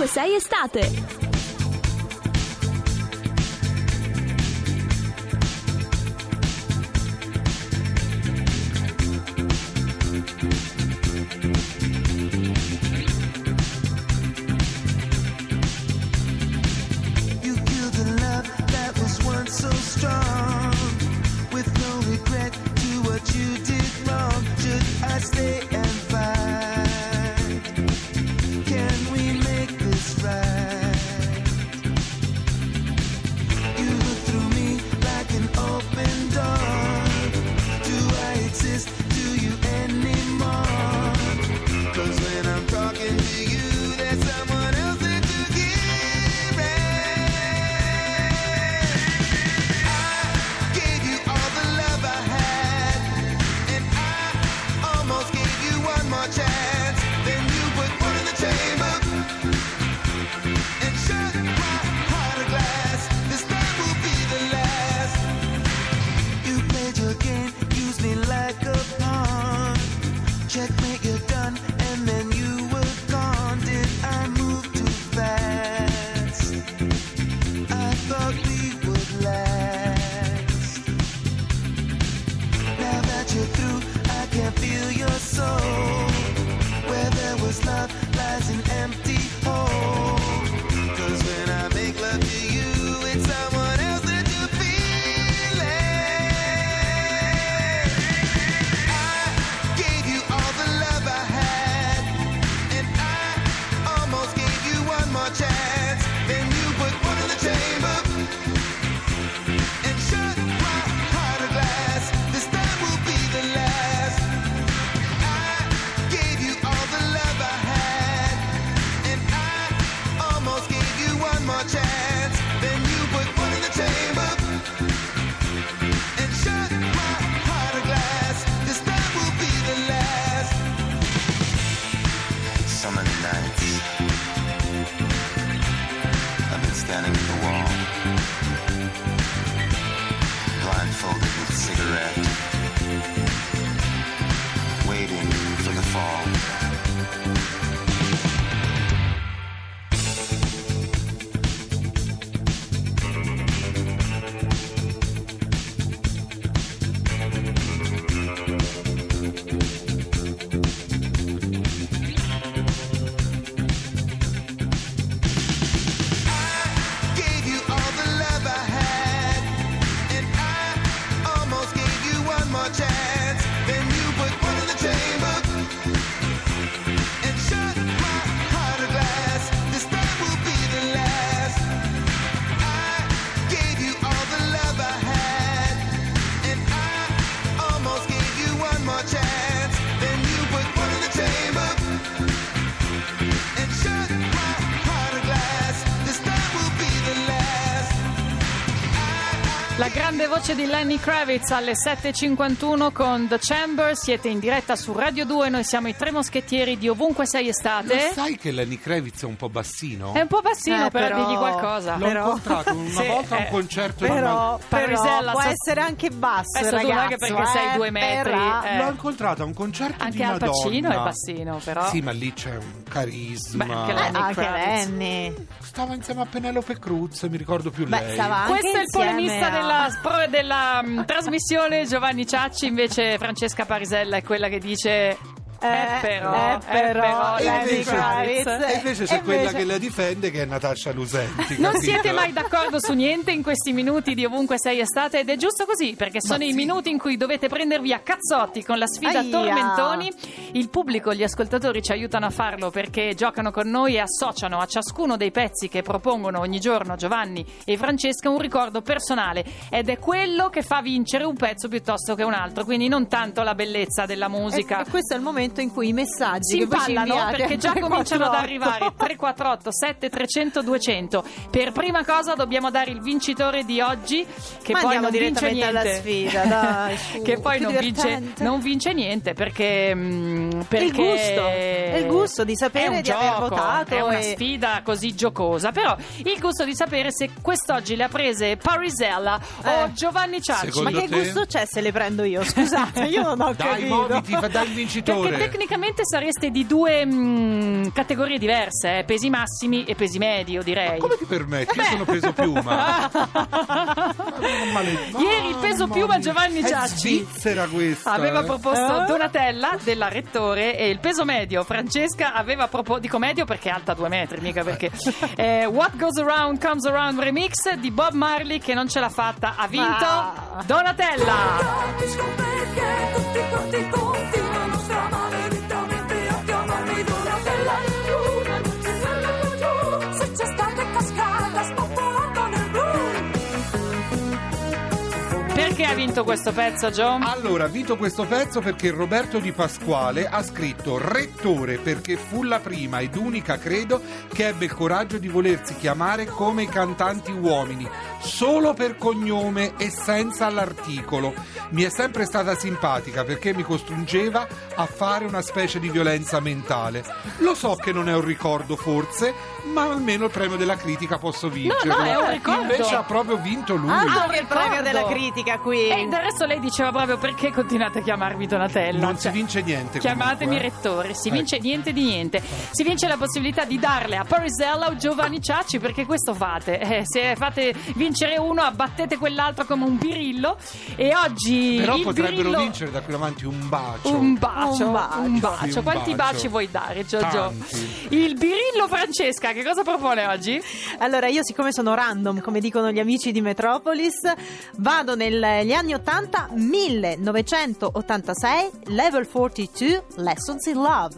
Ovunque sei estate. La grande voce di Lenny Kravitz alle 7.51 con The Chamber. Siete in diretta su Radio 2. Noi siamo i tre moschettieri di Ovunque sei estate. Lo sai che Lenny Kravitz è un po' bassino? È un po' bassino, però digli qualcosa. L'ho incontrato una volta a un concerto però Parisella può essere anche basso, ragazzo, non è che perché sei 2 metri. L'ho incontrato a un concerto anche di Madonna. Al Pacino è bassino, però. Sì, ma lì c'è un carisma. Anche Lenny. Stava insieme a Penelope Cruz, mi ricordo più lei. Questo è il polemista della trasmissione, Giovanni Ciacci. Invece Francesca Parisella è quella che dice però Lenny Kravitz. E invece c'è quella che la difende, che è Natascia Lusenti. Non siete mai d'accordo su niente in questi minuti di Ovunque sei estate, ed è giusto così, perché sono i minuti in cui dovete prendervi a cazzotti con la sfida Tormentoni. Il pubblico, gli ascoltatori ci aiutano a farlo perché giocano con noi e associano a ciascuno dei pezzi che propongono ogni giorno Giovanni e Francesca un ricordo personale, ed è quello che fa vincere un pezzo piuttosto che un altro, quindi non tanto la bellezza della musica. E questo è il momento in cui i messaggi si che voi ci impallano, inviate perché già cominciano ad arrivare 348 7300 200. Per prima cosa dobbiamo dare il vincitore di oggi, che poi non vince niente alla sfida, dai, che poi non vince niente perché il gusto di sapere di aver votato, è una sfida così giocosa. Però il gusto di sapere se quest'oggi le ha prese Parisella o Giovanni Ciacci. Ma che gusto c'è se le prendo io? Scusate, io non ho capito. Dai il vincitore. Perché tecnicamente sareste di due categorie diverse, pesi massimi e pesi medi, io direi. Ma come ti permetti? Io sono peso piuma. Ieri il peso piuma Giovanni Ciacci È Svizzera questa. aveva proposto Donatella della Rettore, e il peso medio Francesca aveva proposto, dico medio perché è alta 2 metri, mica perché What Goes Around Comes Around remix di Bob Marley, che non ce l'ha fatta, ha vinto Donatella. Capisco perché tutti quanti continuano stramaleditamente a chiamarmi Donatella. Una notte nella giù, se c'è stata cascata spappata nel blu. Perché ha vinto questo pezzo, Gio? Allora, ha vinto questo pezzo perché Roberto Di Pasquale ha scritto Rettore perché fu la prima ed unica, credo, che ebbe il coraggio di volersi chiamare come i cantanti uomini, solo per cognome e senza l'articolo. Mi è sempre stata simpatica perché mi costringeva a fare una specie di violenza mentale. Lo so che non è un ricordo forse, ma almeno il premio della critica posso vincerlo. No, è un ricordo. Invece ha proprio vinto lui. Anche il premio della critica qui. E del resto lei diceva proprio perché continuate a chiamarmi Donatella. Non si vince niente. Chiamatemi comunque, Rettore, si vince niente di niente. Si vince la possibilità di darle a Parisella o Giovanni Ciacci, perché questo fate. Se fate vincere uno, abbattete quell'altro come un birillo. E oggi Però il potrebbero birillo... vincere da qui in avanti un bacio. Un bacio. Sì, un Quanti bacio. baci vuoi dare, Giorgio? Tanti. Il birillo Francesca, che cosa propone oggi? Allora, io siccome sono random, come dicono gli amici di Metropolis, vado negli anni 80, 1986, Level 42, Lessons in Love.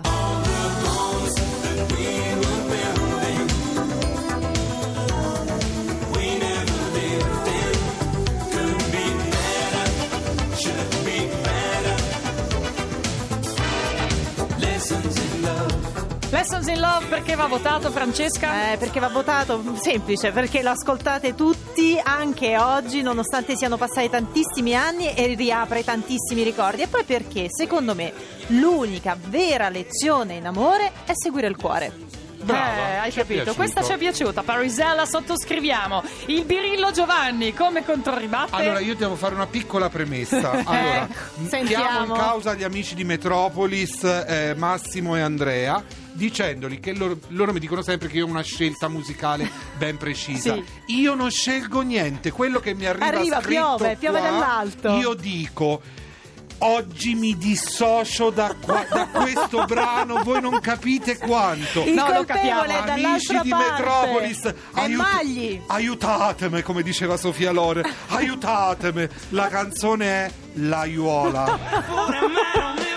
Lessons in Love, perché va votato, Francesca? Perché va votato? Semplice, perché lo ascoltate tutti anche oggi, nonostante siano passati tantissimi anni, e riapre tantissimi ricordi. E poi perché, secondo me, l'unica vera lezione in amore è seguire il cuore. Brava, hai ci è capito? piaciuto. Questa ci è piaciuta. Parisella, sottoscriviamo. Il birillo Giovanni, come controribatte? Allora, io devo fare una piccola premessa. Allora, sentiamo. chiamo in causa gli amici di Metropolis, Massimo e Andrea, dicendoli che loro mi dicono sempre che io ho una scelta musicale ben precisa. Sì. Io non scelgo niente, quello che mi arriva scritto piove qua, dall'alto. Io dico: oggi mi dissocio da questo brano, voi non capite quanto. Il No, lo colpevole capiamo. dall'altra Amici di parte Metropolis, è Magli. aiutatemi, come diceva Sofia Loren, aiutatemi. La canzone è L'aiuola. Pure a me non mi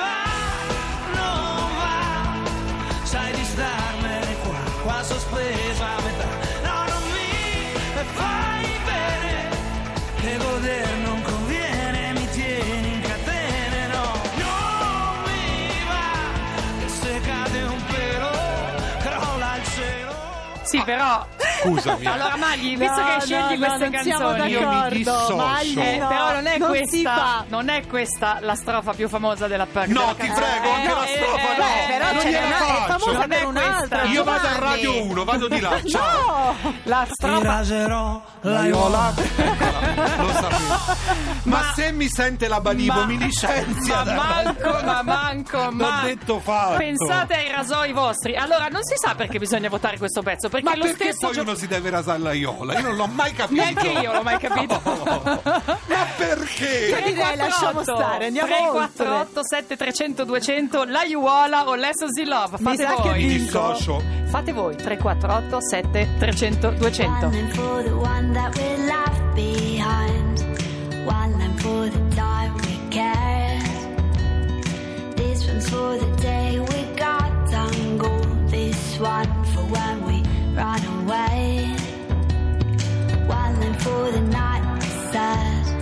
va, sai di starmene qua sospesa a metà. No, non mi fai bene, che goder non conviene, mi tieni in catene, no, non mi va, che se cade un pelo, crolla il cielo. Sì, però... Scusami. Allora, Magli, visto che scegli queste non siamo canzoni... Io mi dissocio. Magli, no, però non è non si questa, fa. non è questa la strofa più famosa della No, della ti canzone. prego, anche la strofa no. però non ce n'è gliela una- è faccio. famosa Non è per un'altra. questa. Io vado a Giovanni. Radio 1, vado di là. Ciao. La Ti strofa... raserò L'aiola. Lo sapevo. Ma se mi sente la Balivo mi licenzia. manco, L'ho detto fatto. Pensate ai rasoi vostri. Allora, non si sa perché bisogna votare questo pezzo, perché Ma lo perché stesso poi uno si deve rasare l'aiola? Io non l'ho mai capito. Neanche io l'ho mai capito. Ma perché? Io direi lasciamo stare, andiamo 348 7300 200, l'aiuola o Lessons in Love. Mi Fate sa che voi. Mi dissocio. Fate voi. 348 7300 200. One for the one that we left behind. One for the time we cared. This one's for the day we got tangled. This one for when we ran away. One for the night we said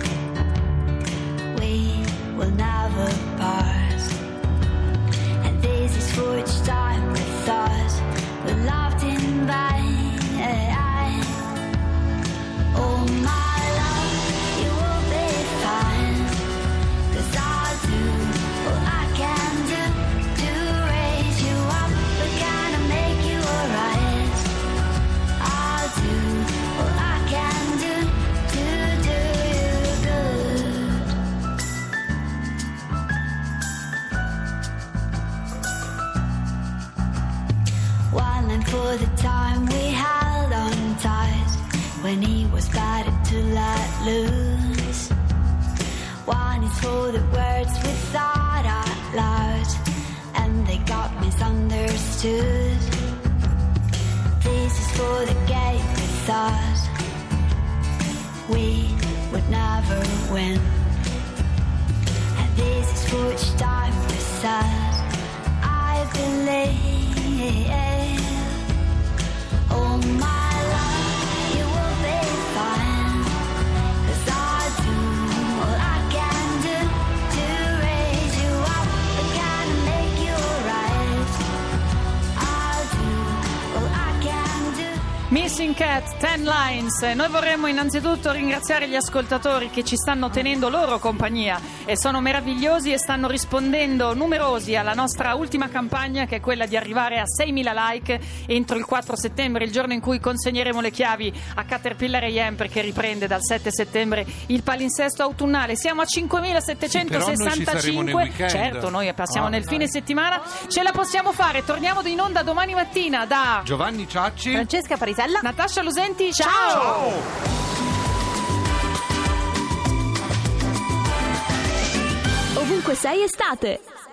we will never part. And this is for each time we thought we loved in vain. Oh my love, you will be fine. 'Cause I'll do all I can do to raise you up, but gonna make you alright. I'll do all I can do to do you good. for the time we held on tight when he was battered to let loose. One is for the words we thought out loud and they got misunderstood. This is for the game we thought we would never win. And this is for each time we said I believe. Oh my love, you will be fine, 'cause I'll do all I can do to raise you up again and make you right. I'll do all I can do. Missing Cat, 10 Lines. Noi vorremmo innanzitutto ringraziare gli ascoltatori che ci stanno tenendo loro compagnia e sono meravigliosi e stanno rispondendo numerosi alla nostra ultima campagna, che è quella di arrivare a 6.000 like entro il 4 settembre, il giorno in cui consegneremo le chiavi a Caterpillar AM, perché riprende dal 7 settembre il palinsesto autunnale. Siamo a 5.765. Certo, noi passiamo nel fine settimana, ce la possiamo fare. Torniamo in onda domani mattina da Giovanni Ciacci, Francesca Parisella, Natascia Lusenti. ciao! Ovunque sei estate.